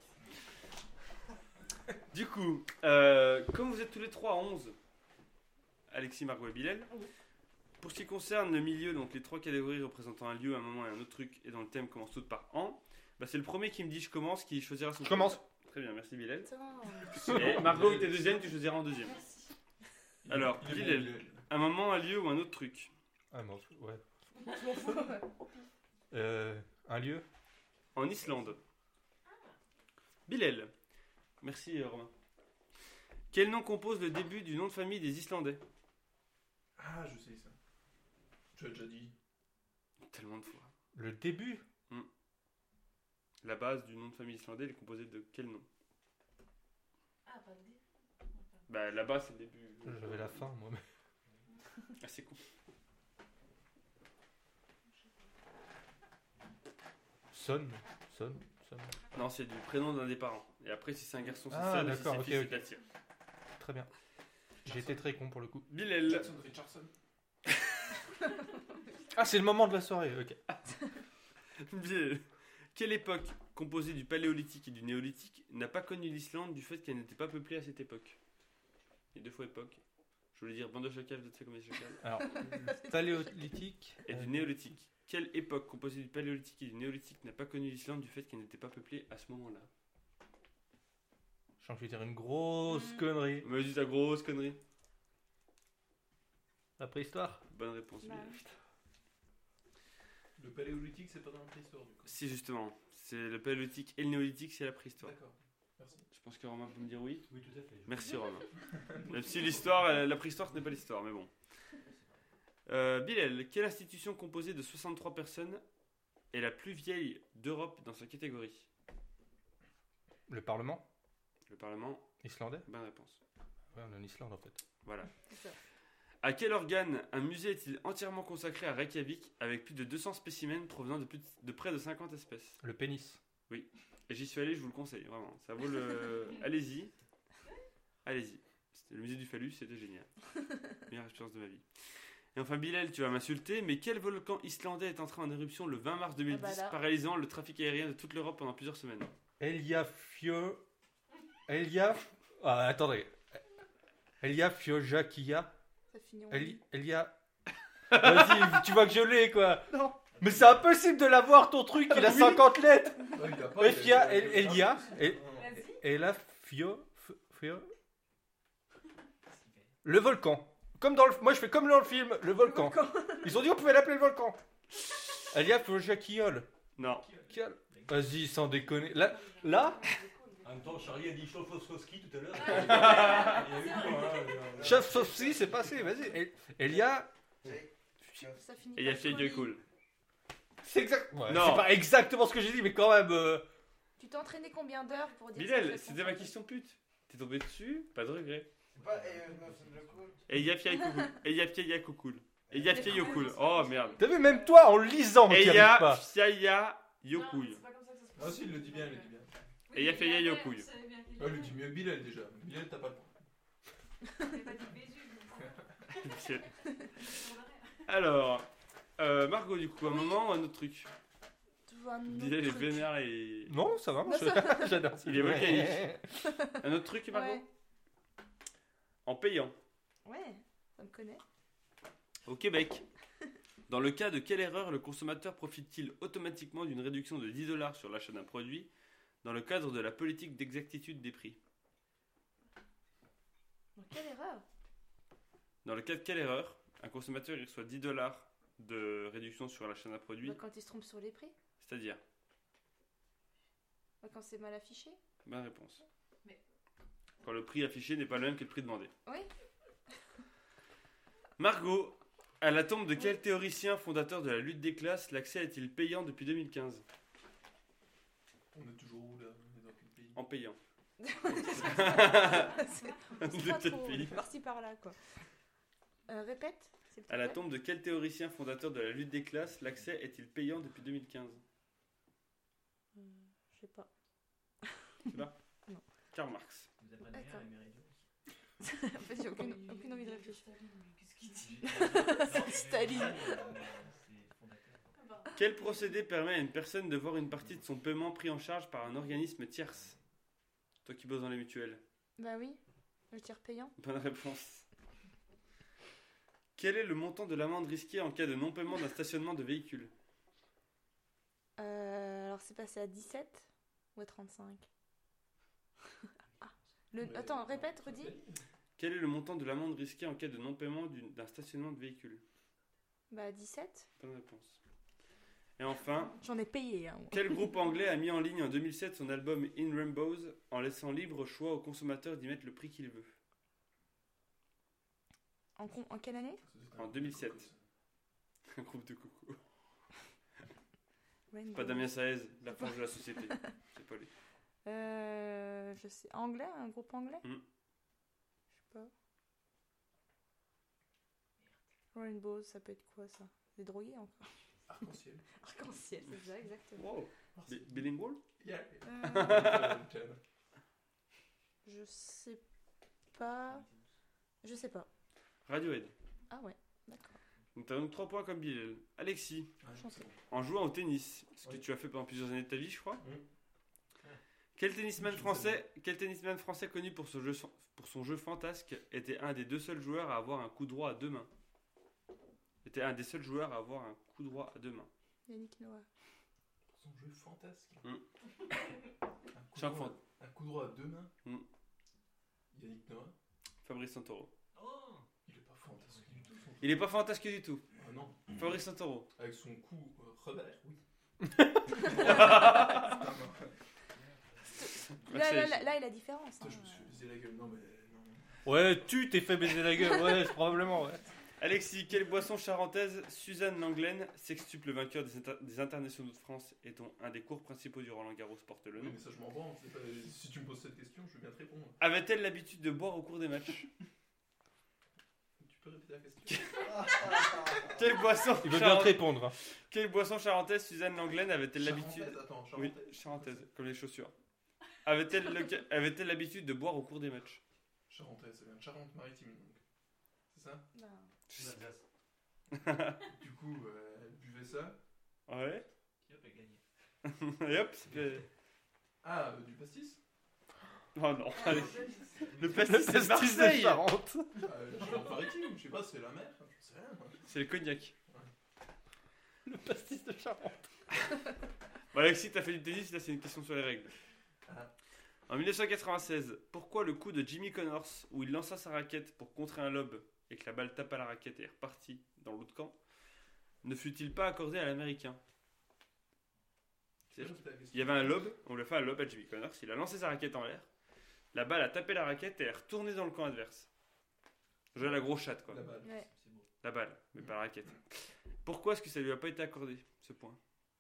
Du coup, euh, comme vous êtes tous les trois à onze, Alexis, Margot et Bilal, Oui. pour ce qui concerne le milieu, donc les trois catégories représentant un lieu, un moment et un autre truc, et dont le thème commence toutes par an, bah c'est le premier qui me dit je commence qui choisira son Je commence. thème. Très bien, merci Bilal. Attends. Et Margot, t'es deuxième, tu choisiras en deuxième. Merci. Alors, Il est bon, Bilal. il est- Un moment, un lieu ou un autre truc. Ah, bon, ouais. Je m'en fous. Euh, un lieu? En Islande. Bilal. Merci euh, Romain. Quel nom compose le début du nom de famille des Islandais? Ah, je sais ça. Tu l'as déjà dit. Tellement de fois. Le début? La base du nom de famille islandais elle est composée de quel nom? Ah, pas le dé. Bah la base c'est le début. J'avais la fin, moi. mais- Ah c'est con. Son. Son. Son. Non c'est du prénom d'un des parents. Et après si c'est un garçon c'est Ah, ça, si d'accord, c'est ok, fils, c'est ok. Tatia. Très bien. J'ai été très con pour le coup. Bilal. Jackson Richardson. Ah, c'est le moment de la soirée, ok. Bilal. Quelle époque, composée du paléolithique et du néolithique, n'a pas connu l'Islande du fait qu'elle n'était pas peuplée à cette époque? Il y a deux fois époque. Je voulais dire bande de chacals, je ne sais combien de chacals. Alors, paléolithique. Et du néolithique. Quelle époque composée du paléolithique et du néolithique n'a pas connu l'Islande du fait qu'elle n'était pas peuplée à ce moment-là? Je vais dire une grosse Mm. connerie. Vas-y, ta grosse connerie. La préhistoire. Bonne réponse. Bah. Bilal. Le paléolithique, c'est pas dans la préhistoire du coup. Si, justement. C'est le paléolithique et le néolithique, c'est la préhistoire. D'accord. Merci. Je pense que Romain peut me dire oui. Oui, tout à fait. Merci Romain. Même si l'histoire, euh, la préhistoire, ce n'est pas l'histoire, mais bon. Euh, Bilal, quelle institution composée de soixante-trois personnes est la plus vieille d'Europe dans sa catégorie? Le Parlement Le Parlement. islandais. Bonne réponse. Ouais, on est en Islande en fait. Voilà. C'est ça. À quel organe un musée est-il entièrement consacré à Reykjavik avec plus de deux cents spécimens provenant de, plus de, de près de cinquante espèces? Le pénis. Et j'y suis allé, je vous le conseille, vraiment. Ça vaut le. Allez-y. Allez-y. C'était le musée du phallus, c'était génial. Meilleure expérience de ma vie. Et enfin, Bilal, tu vas m'insulter, mais quel volcan islandais est entré en éruption le vingt mars deux mille dix, Ah bah là. paralysant le trafic aérien de toute l'Europe pendant plusieurs semaines? Eliafio. Elia. Ah, attendez. Eliafiojakia. Ça finit en Eli... Elia. Vas-y, tu vois que je l'ai quoi. Non. Mais c'est impossible de l'avoir ton truc, il a cinquante lettres. Ah, il a pas, il Efia, a- il a- El- Elia. Et, Vas-y. et là, Fio. F- Fio. Le volcan. Comme dans le. Moi je fais comme dans le film, le volcan. Ils ont dit on pouvait l'appeler le volcan. Eliafiojakiol. Non. Kiol. Vas-y, sans déconner. Là, là, En même temps, Charlie a dit Cholfosowski tout à l'heure. Il y a eu quoi, chef sauf si, c'est passé, vas-y. El- Elia. Ça finit Et il y a par Fiat Coli. Cool. C'est exact. Ouais, Non. c'est pas exactement ce que j'ai dit, mais quand même. euh, Tu t'es entraîné combien d'heures pour dire Bilal, cette c'était ma réponse, question pute. T'es tombé dessus, pas de regret. C'est pas. Et euh, non, c'est le cool. Et il y a Fiat Cool. Et il y a Fiat Cool. Et il y a Fiat Cool. Oh merde. T'as vu, même toi, en lisant, Et t'y il y arrives a pas. Fiat Non, Yokouille. c'est pas comme ça que ça se Ah passe. si, il le dit bien, il le dit bien. Et il y a fait Oui, Yaya mais Couille. vous savez bien qu'il Ah, il le dit mieux Bilal déjà. Bilal, t'as pas le point. J'ai pas dit Bézu. Shit. Alors, euh, Margot, du coup, un moment ou un autre truc? Toujours un autre Bilal est truc. vénère et. Non, ça va, moi, Non, je- j'adore. Il est volcanique. Un autre truc, Margot? Ouais. En payant. Ouais, ça me connaît. Au Québec, dans le cas de quelle erreur le consommateur profite-t-il automatiquement d'une réduction de dix dollars sur l'achat d'un produit dans le cadre de la politique d'exactitude des prix? Donc, quelle erreur? Dans le cas de quelle erreur un consommateur il reçoit dix dollars de réduction sur l'achat d'un produit, Bah, quand il se trompe sur les prix. c'est-à-dire? Bah, quand c'est mal affiché. Bonne réponse. Mais- Quand le prix affiché n'est pas le même que le prix demandé. Oui. Margot, à la tombe de quel théoricien fondateur de la lutte des classes l'accès est-il payant depuis deux mille quinze? On est toujours où là? On est dans quel pays? En payant. C'est- on sait De pas quel trop, on pays? est parti par là, quoi. Euh, répète. s'il te À la plaît. tombe de quel théoricien fondateur de la lutte des classes l'accès est-il payant depuis deux mille quinze? Euh, Je sais pas. C'est là? Non. Karl Marx. Vous avez pas D'accord. de mérite. En fait, j'ai aucune, aucune envie de réfléchir. Qu'est-ce qu'il dit? C'est Staline. Quel procédé permet à une personne de voir une partie de son paiement pris en charge par un organisme tierce? Toi qui bosses dans les mutuelles. Bah oui, le tiers payant. Bonne réponse. Quel est le montant de l'amende risquée en cas de non-paiement d'un stationnement de véhicule? Euh, alors, c'est passé à dix-sept ou à trente-cinq? Ah, le... Mais- Attends, répète, redis. Quel est le montant de l'amende risquée en cas de non-paiement d'une- d'un stationnement de véhicule? Bah, dix-sept. Bonne réponse. Et enfin, J'en ai payé. Hein. quel groupe anglais a mis en ligne en deux mille sept son album In Rainbows en laissant libre choix au consommateur d'y mettre le prix qu'il veut? En, con- en quelle année? En deux mille sept. Un groupe de coucou. Rainbow. Pas Damien Saez, la forge de la société. C'est pas lui. Euh, je sais. Anglais, un groupe anglais? Mm. Je sais pas. Rainbow, ça peut être quoi ça? Des drogués encore? Arc-en-ciel. Arc-en-ciel, c'est ça, exactement. Wow. Bi- Bilingual? Yeah. Euh, je sais pas. Je sais pas. Radiohead. Ah ouais, d'accord. Donc t'as donc trois points comme Bilal. Alexis, Chanson. en jouant au tennis, ce que Oui. tu as fait pendant plusieurs années de ta vie, je crois. Oui. Quel tennisman français, quel tennisman français connu pour, ce jeu, pour son jeu fantasque était un des deux seuls joueurs à avoir un coup droit à deux mains? Était un des seuls joueurs à avoir un coup droit à deux mains. Yannick Noah. Son jeu fantasque. Mm. Un coup Chaque de fois. poing. Un coup droit à deux mains. Mm. Yannick Noah. Fabrice Santoro. Oh. Il est pas fantastique du tout. Son... Il est pas fantasque du tout. Ah non. Fabrice Santoro. Avec son coup euh, revers, oui. Là, là, là, là est la différence. Putain, hein. je me suis baisé la gueule. Non, mais non. Ouais, tu t'es fait baiser la gueule, ouais, probablement, ouais. Alexis, quelle boisson charentaise Suzanne Langlaine, sextuple vainqueur des, inter- des internationaux de France et dont un des cours principaux du Roland Garros porte le Oui, nom, mais ça, je m'en branle. c'est Pas... Si tu me poses cette question, je veux bien te répondre. avait-elle l'habitude de boire au cours des matchs? Tu peux répéter la question? Quelle boisson Il veut bien charent- te répondre. hein. Quelle boisson charentaise Suzanne Langlaine avait-elle l'habitude Charentaise, Attends, Oui, charentaise. charentaise, comme les chaussures. Avait-elle le- avait-elle l'habitude de boire au cours des matchs? Charentaise, ça vient de Charente-Maritime, donc. C'est ça? Non. Du coup, euh, elle buvait ça. Ouais. Qui a gagné? Et hop, c'est... Ah, euh, du pastis? Oh non, allez. Le Le pastis, c'est pastis de Marseille. Charente. euh, Charente-Maritime, je sais pas, c'est la mer, je sais rien. moi. C'est le cognac. Le pastis de Charente. Bon, Alexis, t'as fait du tennis, là c'est une question sur les règles. Ah. En mille neuf cent quatre-vingt-seize, pourquoi le coup de Jimmy Connors, où il lança sa raquette pour contrer un lob et que la balle tape à la raquette et est repartie dans l'autre camp, ne fut-il pas accordé à l'américain? Tu peux répéter la question? Il y avait un lob, on lui a fait un lob à Jimmy Connors, il a lancé sa raquette en l'air, la balle a tapé la raquette et est retournée dans le camp adverse. Jouer à la grosse chatte quoi. La balle. Ouais. C'est beau. La balle, mais pas la raquette. Pourquoi est-ce que ça lui a pas été accordé, ce point?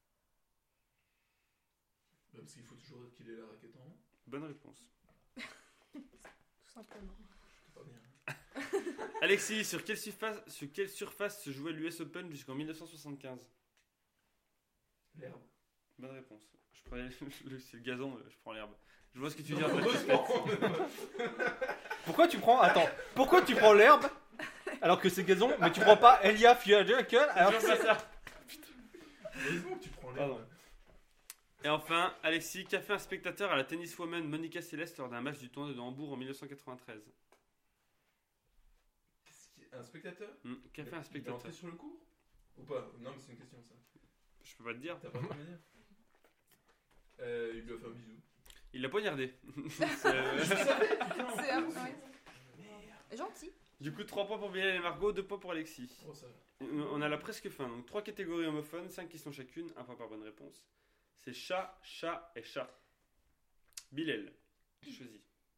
Bah, parce qu'il faut toujours qu'il ait la raquette en main. Bonne réponse. Tout simplement. C'est pas bien. Alexis, sur quelle surface, sur quelle surface se jouait l'U S Open jusqu'en mille neuf cent soixante-quinze? L'herbe. Bonne réponse. Je prenais le, c'est le gazon, je prends l'herbe. Je vois ce que tu veux dire. Patrick. Pourquoi tu prends. Attends, pourquoi tu prends l'herbe alors que c'est gazon, mais tu prends pas Elia Fiajakel alors que Je vois c'est. ça. Heureusement que tu prends l'herbe. Pardon. Et enfin, Alexis, qu'a fait un spectateur à la tenniswoman Monica Seles lors d'un match du tournoi de Hambourg en mille neuf cent quatre-vingt-treize? Qu'est-ce qui- Un spectateur? Hmm, Qu'a fait un Il est spectateur? entré sur le cours? Ou pas? Non, mais c'est une question ça. Je peux pas te dire. T'as pas le temps de me dire? Euh, il lui a fait un bisou. Il l'a poignardé. C'est, euh, C'est un ouais. Gentil. Du coup, trois points pour Bilal et Margot, deux points pour Alexis. Oh, ça va. On a la presque fin, donc trois catégories homophones, cinq questions chacune, un point par bonne réponse. C'est chat, chat et chat. Bilal, choisis.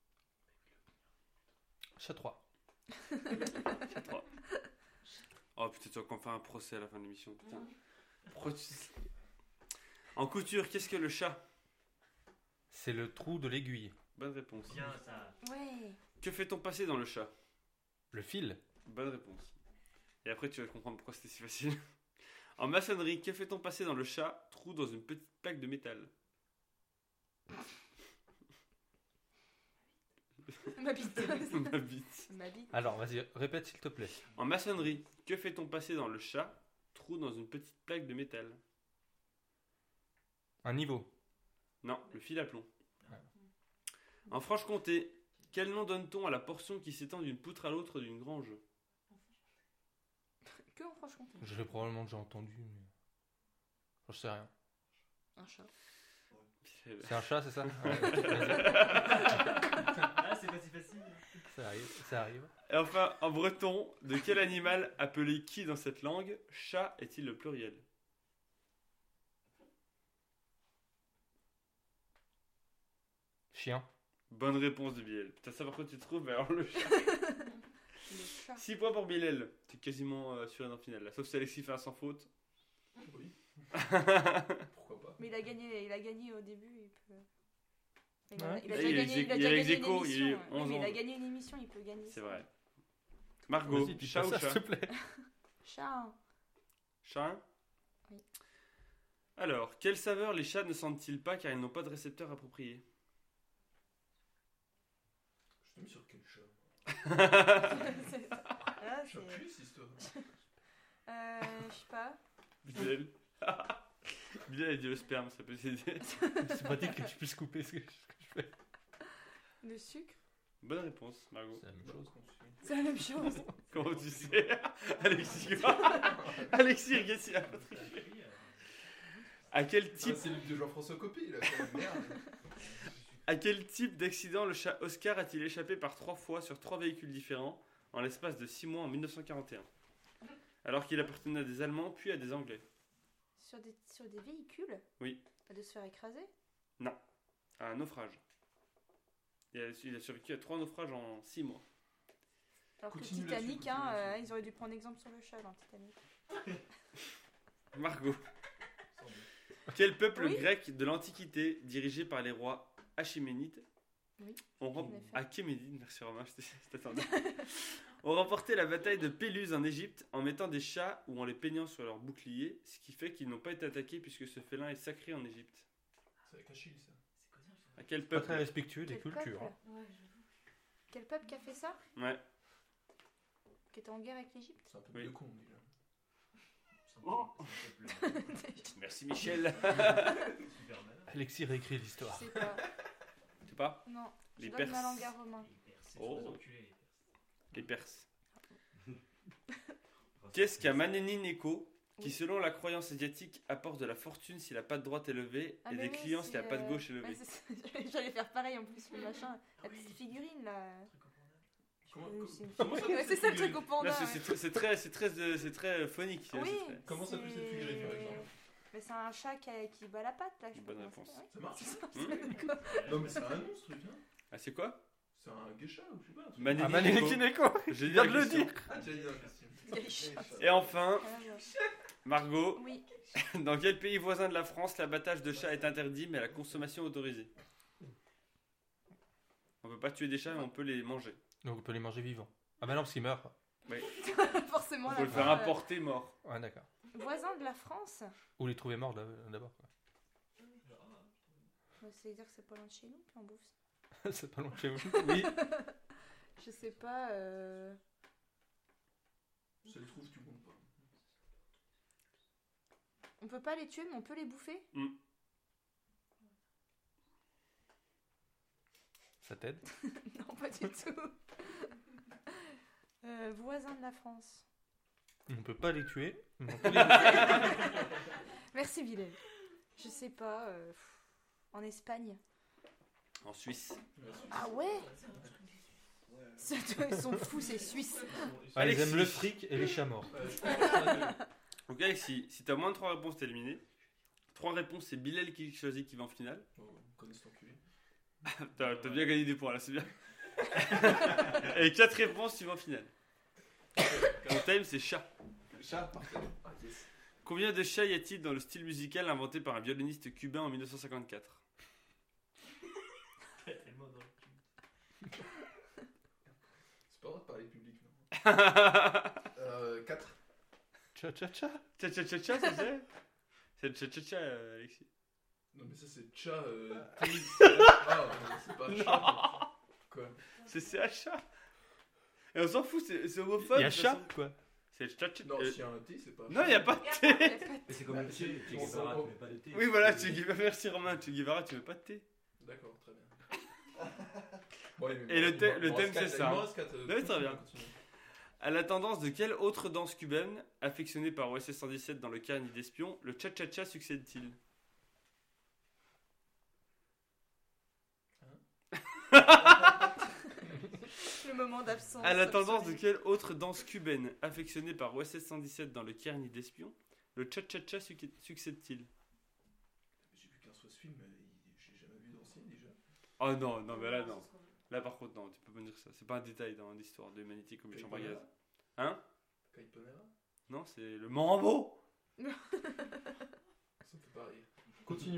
Chat trois. Chat trois. Oh putain, tu vas qu'on fait un procès à la fin de l'émission. Putain. Pourquoi tu... En couture, qu'est-ce que le chat? C'est le trou de l'aiguille. Bonne réponse. Bien ça. Ouais. Que fait-on passer dans le chat? Le fil. Bonne réponse. Et après, tu vas comprendre pourquoi c'était si facile. En maçonnerie, que fait-on passer dans le chat? Trou dans une petite plaque de métal. Ma bite. Ma bite. Ma bite. Alors, vas-y, répète s'il te plaît. En maçonnerie, que fait-on passer dans le chat? Trou dans une petite plaque de métal. Un niveau. Non, le fil à plomb. Ouais. En Franche-Comté, quel nom donne-t-on à la portion qui s'étend d'une poutre à l'autre d'une grange? Que en Franche-Comté. Je l'ai probablement déjà entendu, mais. Je sais rien. Un chat. C'est un chat, c'est ça? Ouais. Ah, c'est pas si facile. Ça arrive, ça arrive. Et enfin, en breton, de quel animal appelé qui dans cette langue? Chat est-il le pluriel? Chien. Bonne réponse de Bilal. Putain, ça par contre tu trouves, mais alors le chat. Le chat. six points pour Bilal. T'es quasiment euh, assuré dans le final là. Sauf si Alexis fait un sans faute. Oui. Pourquoi pas? Mais il a gagné, il a gagné au début. Il peut. Il a, Ouais. il a Il déjà est gagné, ex- il a il déjà est gagné ex aequo, une il émission. est ouais. onze Oui, mais il ans. a gagné une émission, il peut gagner. C'est ça. vrai. Margot, Vas-y, dis chat pas ou ça, chat? s'il te plaît. Chat. Chat? Oui. Alors, quelle saveur les chats ne sentent-ils pas car ils n'ont pas de récepteur approprié? Je t'ai mis sur quel chat? C'est- ah, Chat c'est- puce, histoire. Euh, je sais pas. Bilal. Bilal a dit le sperme, ça peut t'aider. C'est pratique que tu puisses couper ce que, ce que je fais. Le sucre. Bonne réponse, Margot. C'est la même Bah, chose. qu'on suit. C'est la même chose. Comment tu sais? Alexis, Alexis, regarde s'il a pas triché. À quel Ah, type c'est le de Jean-François Copé, là. quand même, merde. À quel type d'accident le chat Oscar a-t-il échappé par trois fois sur trois véhicules différents en l'espace de six mois en mille neuf cent quarante et un, alors qu'il appartenait à des Allemands puis à des Anglais? Sur des, sur des véhicules? Oui. De se faire écraser? À un naufrage. Il a, il a survécu à trois naufrages en six mois. Alors que Continue Titanic, là-dessus, hein, continue euh, là-dessus. ils auraient dû prendre exemple sur le chat dans Titanic. Margot. Quel peuple Oui. grec de l'Antiquité, dirigé par les rois Achéménides, Oui, ont rem- en effet. Achéménides, merci Romain, je t'ai- je t'attendais, ont remporté la bataille de Péluse en Égypte en mettant des chats ou en les peignant sur leurs boucliers, ce qui fait qu'ils n'ont pas été attaqués puisque ce félin est sacré en Égypte. C'est avec Achille, ça. À quel Pas peuple? très respectueux des Quel cultures. peuple hein. Quel peuple qui a fait ça? Ouais. Qui était en guerre avec l'Égypte? C'est un peu Oui. de con, déjà. Merci Michel. Alexis réécrit Je l'histoire. sais pas. Tu sais pas? Non, je Les donne Perses. ma langue à Romain. Oh. Les Perses. Qu'est-ce qu'un Maneni Neko qui, Oui. selon la croyance asiatique, apporte de la fortune si la patte droite est levée Ah, et mais des oui, clients si la c'est, patte euh, gauche est ouais, levée? c'est ça. J'allais faire pareil en plus, le machin. La petite figurine là. Comment, Oui, co- c'est une comment ça figurine. peut Ouais, c'est ça le figurer truc au Là, panda. c'est- ouais. c'est très, c'est très, c'est très, euh, c'est très euh, phonique. c'est Oui, très- Comment ça peut se figurer, par c'est- exemple Mais c'est un chat qui, a- qui bat la patte là. Je sais pas Bonne comment réponse. ça s'appelle, Ça marche ouais. Hmm D'accord. Non, mais c'est un nom, ce truc, hein. Ah, c'est quoi? C'est un geisha ou je sais pas. un truc. Maneni Ah, Maneki Neko. Neko. J'ai dit viens la de le question. dire. Ah, tu as dit dans la question. Et enfin, Ah, ouais. Margot, Oui, dans quel pays voisin de la France l'abattage de chats est interdit mais la consommation autorisée? On peut pas tuer des chats mais on peut les manger. Donc on peut les manger vivants. Ah bah non, parce qu'ils meurent. forcément On la peut le faire fin, euh, importer mort. Ouais, d'accord. Voisin de la France. Ou les trouver morts d'ab- d'abord. quoi. Ouais, c'est dire que c'est pas loin de chez nous, puis on bouffe ça. C'est pas loin de chez vous. Oui. Je sais pas. Euh... Si ça les trouve, tu comptes pas. On peut pas les tuer, mais on peut les bouffer. Ça t'aide. Non, pas du tout. Euh, voisin de la France. On peut pas les tuer. Mais on peut les... Merci Bilal. Je sais pas. euh, pff, En Espagne. En Suisse. Ah ouais. Ils sont fous, ces Suisses. Ah, ils Alexis. aiment le fric et les chats morts. Euh, je pense que- Donc Alexis, si t'as moins de trois réponses, t'es éliminé. trois réponses, c'est Bilal qui choisit qui va en finale. Oh, on connaît cet enculé. T'as t'as bien gagné des points là, c'est bien. Et quatre réponses, tu vas en finale. Ton time, c'est chat. Chat, parfait. Ah, yes. Combien de chats y a-t-il dans le style musical inventé par un violoniste cubain en mille neuf cent cinquante-quatre? C'est pas le droit de parler public, non. Tcha Euh, quatre. Tcha tcha tcha. tcha tcha tcha, c'est ça? C'est le tcha tcha tcha, euh, Alexis. Non, mais ça, c'est chat. Euh, T, C H. Ah, non, c'est pas chat. Quoi? C'est C H A. Et on s'en fout, c'est c'est homophobe. Il y a de toute chat, façon. quoi. C'est tcha tcha. Non, euh, s'il y a un T, c'est pas Non, il n'y a pas de thé. Mais c'est comme Bah, le thé, c'est- Che on- Guevara, on- tu mets pas de thé. Oui, voilà, tu Guevara, merci Romain, tu Guevara, tu veux pas de thé. D'accord, très bien. Bon, allez, mais Et bon, le thème- il le me thème, reste c'est quatre, ça, il me hein. reste quatre, euh, Ouais, très continue, bien. continue. À la tendance de quelle autre danse cubaine, affectionnée par O S S cent dix-sept dans le carnet d'espion, le cha-cha-cha succède-t-il? Le moment d'absence. À la tendance de absolue. quelle autre danse cubaine, affectionnée par O S S cent dix-sept dans le carnet d'espion, le cha-cha-cha succ- succède-t-il? J'ai vu qu'un soit ce film, mais il- j'ai jamais vu d'ancien déjà. Oh non, non, mais là, non. Là, par contre, non, tu peux pas me dire ça. C'est pas un détail dans l'histoire de l'humanité comme les chambres à gaz. Hein? Caiponera? Non, c'est le Mambo! Ça me fait pas rire. Continuons.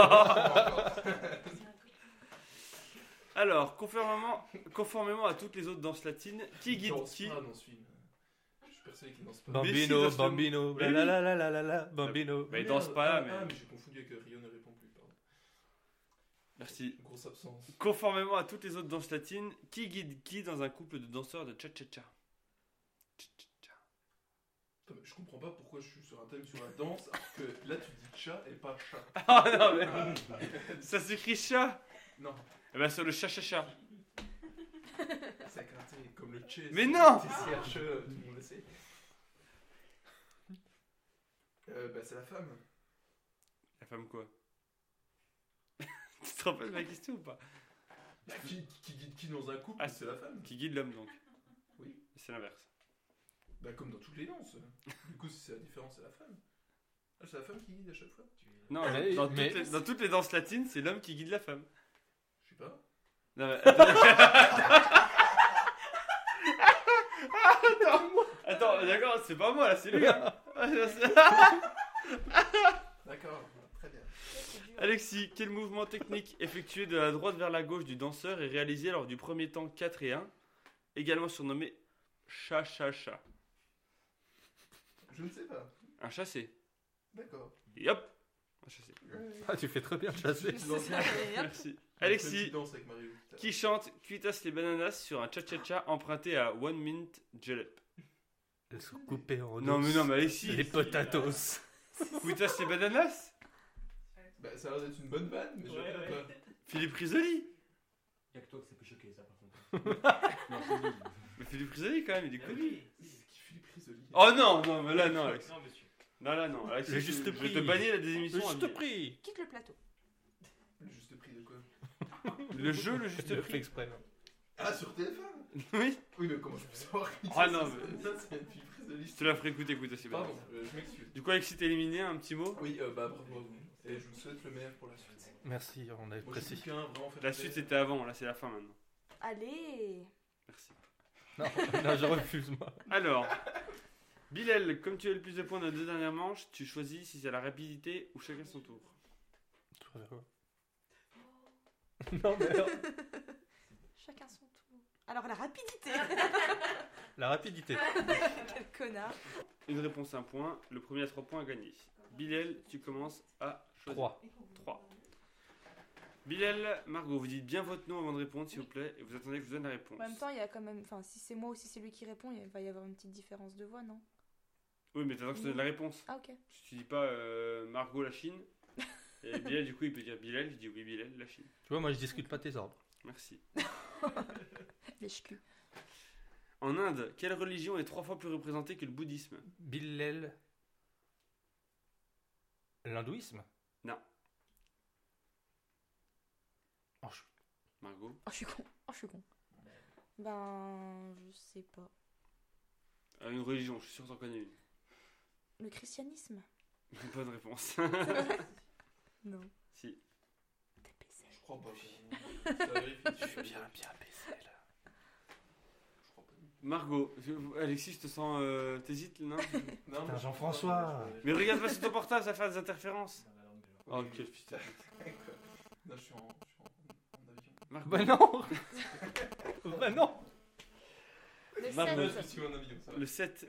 Alors, conformément, conformément à toutes les autres danses latines, qui Il guide danse qui? pas dans ce film. Je suis persuadé qu'il danse pas. Mais si, Bambino, dans ce- bambino, Mais la la la la la la la, bambino. Bah, il Merde, danse pas là, ah, mais. Ah, mais j'ai confondu avec euh, Rio ne répond plus, pardon. Merci. Grosse absence. Conformément à toutes les autres danses latines, qui guide qui dans un couple de danseurs de cha-cha-cha? Cha-cha-cha. Putain, mais je comprends pas pourquoi je suis sur un thème sur la danse, alors que là tu dis chat et pas chat. Ah non, mais. Ça s'écrit chat! Non, Eh ben, sur le cha-cha-cha. c'est avec un T, comme le Che. Mais c'est- non c'est C H E, tout le monde le sait. Euh, bah c'est la femme. La femme quoi? Tu te rappelles de ma question ou pas? Bah, qui, qui guide qui dans un couple? Ah, c'est la femme. Qui guide l'homme donc? Oui. C'est l'inverse. Bah, comme dans toutes les danses. Du coup, si c'est la différence, c'est la femme. Ah, c'est la femme qui guide à chaque fois? Non, Mais- dans, mais- toutes les, dans toutes les danses latines, c'est l'homme qui guide la femme. Je sais pas. Non, mais, attends, attends, d'accord, c'est pas moi là, c'est lui. hein. D'accord, très bien. Alexis, quel mouvement technique effectué de la droite vers la gauche du danseur est réalisé lors du premier temps quatre et un, également surnommé cha-cha-cha? Je ne sais pas. Un chassé. D'accord. Et hop, un chassé. Ah, tu fais très bien le chasser. Tu danses bien. Merci. Tu Alexis, danses avec Mario. qui chante Cuitas les bananas sur un cha-cha-cha emprunté à One Minute Jalep? Elles sont coupées en Non mais os. non mais Alexis, Les potatoes. Cuitas les bananas? Bah, ça a l'air d'être une bonne vanne, mais je Ouais, sais ouais. pas. Philippe Risoli. Y'a que toi que ça peut choquer, ça, par contre. Non, c'est lui. Mais Philippe Risoli quand même, il est connu. C'est qui Philippe Risoli? Oh non, non, mais là non Alexis. Non, monsieur. Non là non, Alexis, Le je- juste je prix. vais te bannir des émissions. à Juste venir. prix. Quitte le plateau. Le juste prix de quoi? Le jeu, le juste Je le fais prix. exprès. Ah, sur téléphone? Oui. Oui, mais comment je peux savoir qui Ah c'est, non, ça, mais- ça, c'est une Philippe Risoli. Je te la ferai écouter, écoute, c'est Pardon, bien. euh, je m'excuse. Du coup Alexis t'es éliminé, un petit mot. Oui, euh, bah bravo à vous. Et je vous souhaite le meilleur pour la suite. Merci, on avait Moi, j'ai précis. plus qu'un, vraiment faire La plaisir. suite c'était avant, là c'est la fin maintenant. Allez. Merci. Non, non, je refuse, moi. Alors, Bilal, comme tu as eu le plus de points dans les deux dernières manches, tu choisis si c'est la rapidité ou chacun son tour. Tu préfères quoi? Non, mais alors, Chacun son tour. Alors la rapidité. la rapidité. Quel connard. Une réponse, un point. Le premier à trois points a gagné. Bilal, tu commences à choisir. trois. trois. Bilal, Margot, vous dites bien votre nom avant de répondre, s'il vous plaît, et vous attendez que je vous donne la réponse. En même temps, il y a quand même. Enfin, si c'est moi ou si c'est lui qui répond, il va y avoir une petite différence de voix, non? Oui, mais t'attends que je te donne la réponse. Ah, ok. Si tu dis pas euh, Margot, la Chine, et Bilal, du coup, il peut dire Bilal, je dis oui, Bilal, la Chine. Tu vois, moi, je discute pas tes ordres. Merci. Lèche-cul. En Inde, quelle religion est trois fois plus représentée que le bouddhisme? Billel. L'hindouisme? Non. Oh, je- Margot? Oh, je suis con. Oh, je suis con. Ben, je sais pas. Euh, Une religion, je suis sûr que t'en connais une. Le christianisme? Bonne réponse. Non. Si. T P C. Je crois pas. Je dois vérifier. Je suis bien, bien baissé, là. Je crois pas. Margot, je- Alexis, je te sens. Euh, T'hésites, non? Non, Putain, Jean-François. Mais regarde pas sur ton portable, ça fait des interférences. Oh, Oui, quel oui. putain. Non, je suis en, je suis en, en avion. Margot. Bah non. Bah non. Le Margot. Non, sept. je suis en avion, ça va. Le sept.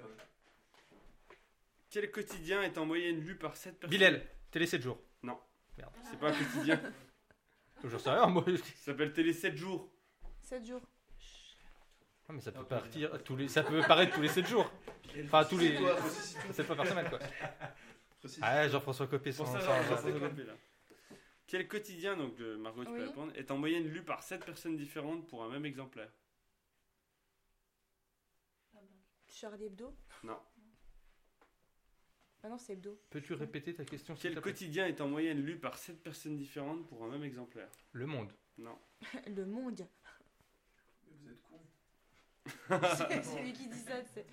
Quel quotidien est en moyenne lu par sept personnes? Billel. Télé sept jours. C'est pas un quotidien. J'en sais rien, moi. Ça s'appelle Télé sept jours. sept jours. Ah, mais ça peut partir tous les. Ça peut paraître tous les sept jours. Enfin, tous les. sept fois par semaine, quoi. Ah, Jean-François Copé, Pour sans. ça, sans- genre, sans- ça s'est coupé, là. Quel quotidien, donc de Margot, tu peux Oui. répondre, est en moyenne lu par sept personnes différentes pour un même exemplaire? Charlie Hebdo? Non. Ah non, c'est Hebdo. Peux-tu répéter ta question, s'il Quel te plaît? quotidien est en moyenne lu par sept personnes différentes pour un même exemplaire? Le Monde. Non. Le Monde. Mais vous êtes con. C'est celui qui dit ça, c'est.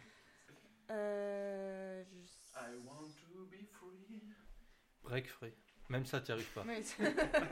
Euh. Je... I want to be free. Break free. Même ça, t'y arrives pas. Ouais, c'est-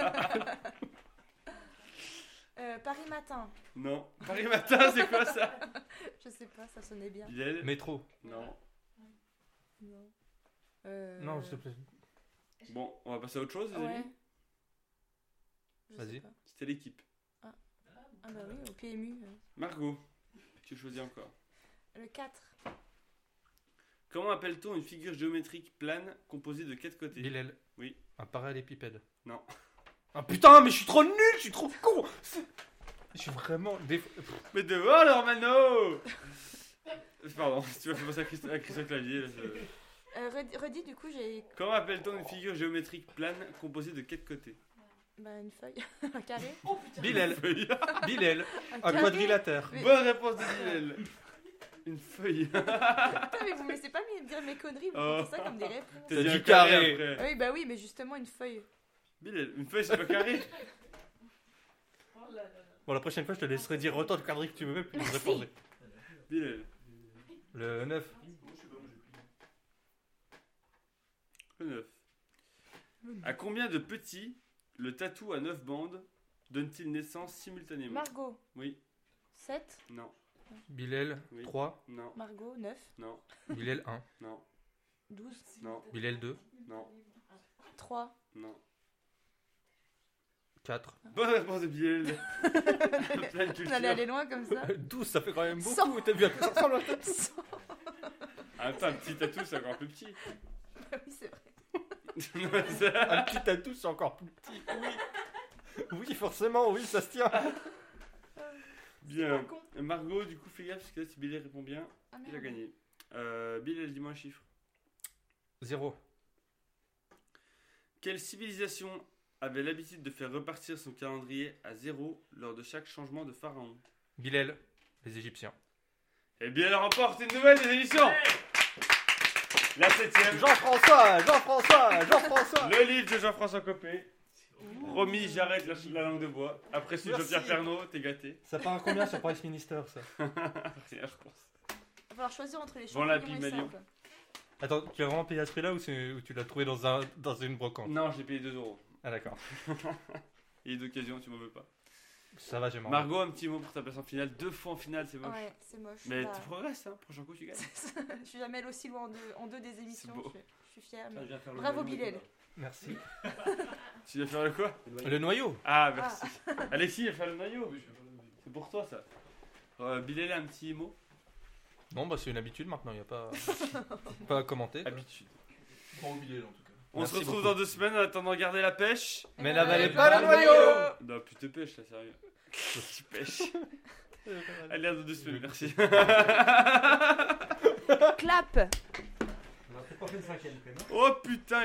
euh, Paris Matin. Non. Paris Matin, c'est quoi ça? Je sais pas, ça sonnait bien. Bilal? Métro. Non. Non. Euh... Non, s'il te plaît. Bon, on va passer à autre chose, les Ouais. amis. Je Vas-y. sais pas. C'était l'équipe. Ah bah oui, au P M U. euh. Margot, tu choisis encore. Le quatre. Comment appelle-t-on une figure géométrique plane composée de quatre côtés? Billel. Oui. Un parallépipède. Non. Ah putain, mais je suis trop nul, je suis trop con. C'est- Je suis vraiment. Des... Mais dehors, Normano! Pardon, si tu vas faire passer à Christ- à Christian Clavier. Là, je- Euh, redis, redis, du coup, j'ai Comment appelle-t-on une figure géométrique plane composée de quatre côtés? bah, une feuille. Un carré. Billel. Feuille. Billel. Un Un carré. quadrilatère. Mais- Bonne réponse de Bilal. Une feuille. Putain, mais vous me laissez pas me dire mes conneries, vous Oh. pensez ça comme des réponses. T'as T'as dit dit un carré carré. après. Oui, bah oui, mais justement, une feuille. Bilal, une feuille, c'est pas carré. Oh là là là. Bon, la prochaine fois, je te laisserai dire autant de quadrilles que tu veux, puis je répondrai. Bilal. Le neuf. Moi, je sais pas, moi, j'ai plié. Le neuf. À combien de petits le tatou à neuf bandes donne-t-il naissance simultanément? Margot, Oui. sept. Non. Bilal, Oui. trois. Non. Margot, neuf. Non. Bilal, un. Non. douze. Non. Bilal, deux. Non. trois. Non. quatre. Bonne réponse de Bilal. Plein de On culture. allait aller loin comme ça. douze, ça fait quand même beaucoup. Cent. T'as vu à quoi ça ressemble un tatou? En même temps, un petit tatou, c'est encore plus petit. Oui, c'est vrai. Un petit tatou, c'est encore plus petit. Oui. Oui, forcément, oui, ça se tient. Bien. Con. Margot, du coup, fais gaffe, parce que là, si Bilal répond bien, Ah, il a merde. gagné. Euh, Bilal, dis-moi un chiffre. Zéro. Quelle civilisation avait l'habitude de faire repartir son calendrier à zéro lors de chaque changement de pharaon? Bilal, les Égyptiens. Eh bien, elle remporte une nouvelle des émissions. La septième. Jean-François, Jean-François, Jean-François. Le livre de Jean-François Copé. Promis, j'arrête la, la langue de bois. Après, c'est Merci. Jean-Pierre Pernaut, t'es gâté. Ça part à combien sur Price Minister, ça? Rien, je pense. Il va falloir choisir entre les Bon, la champignons et Pygmalion. ça, quoi. Attends, tu as vraiment payé à ce prix-là ou, c'est- ou tu l'as trouvé dans, un, dans une brocante? Non, j'ai payé deux euros. Ah d'accord. Et d'occasion, tu m'en veux pas. Ça va, j'ai marre. Margot, un petit mot pour ta place en finale. Deux fois en finale, c'est moche. Ouais, c'est moche. Mais Bah, tu progresses, hein. Prochain coup, tu gagnes. je suis jamais allée aussi loin en deux, en deux des émissions. beau. Je, je suis fière. Ah, mais- je viens de faire le Bravo, noyau, Bilal. là. Merci. Tu viens faire le quoi? Le noyau. Le noyau. Ah, merci. Alexis, il va faire le noyau. Oui, je vais faire le noyau. C'est pour toi, ça. Euh, Bilal, un petit mot. Non, bah c'est une habitude maintenant, il n'y a pas, pas à commenter. quoi. Habitude. Prends au Bilal, en tout cas. On Merci se retrouve beaucoup. dans deux semaines en attendant de garder la pêche. Mais Euh, n'avalez bah, pas le noyau. Non, plus de pêche, là, sérieux. Tu pêches. Allez, à dans deux semaines, merci. Clap. On a peut-être pas fait le cinquième, quand même. Oh putain!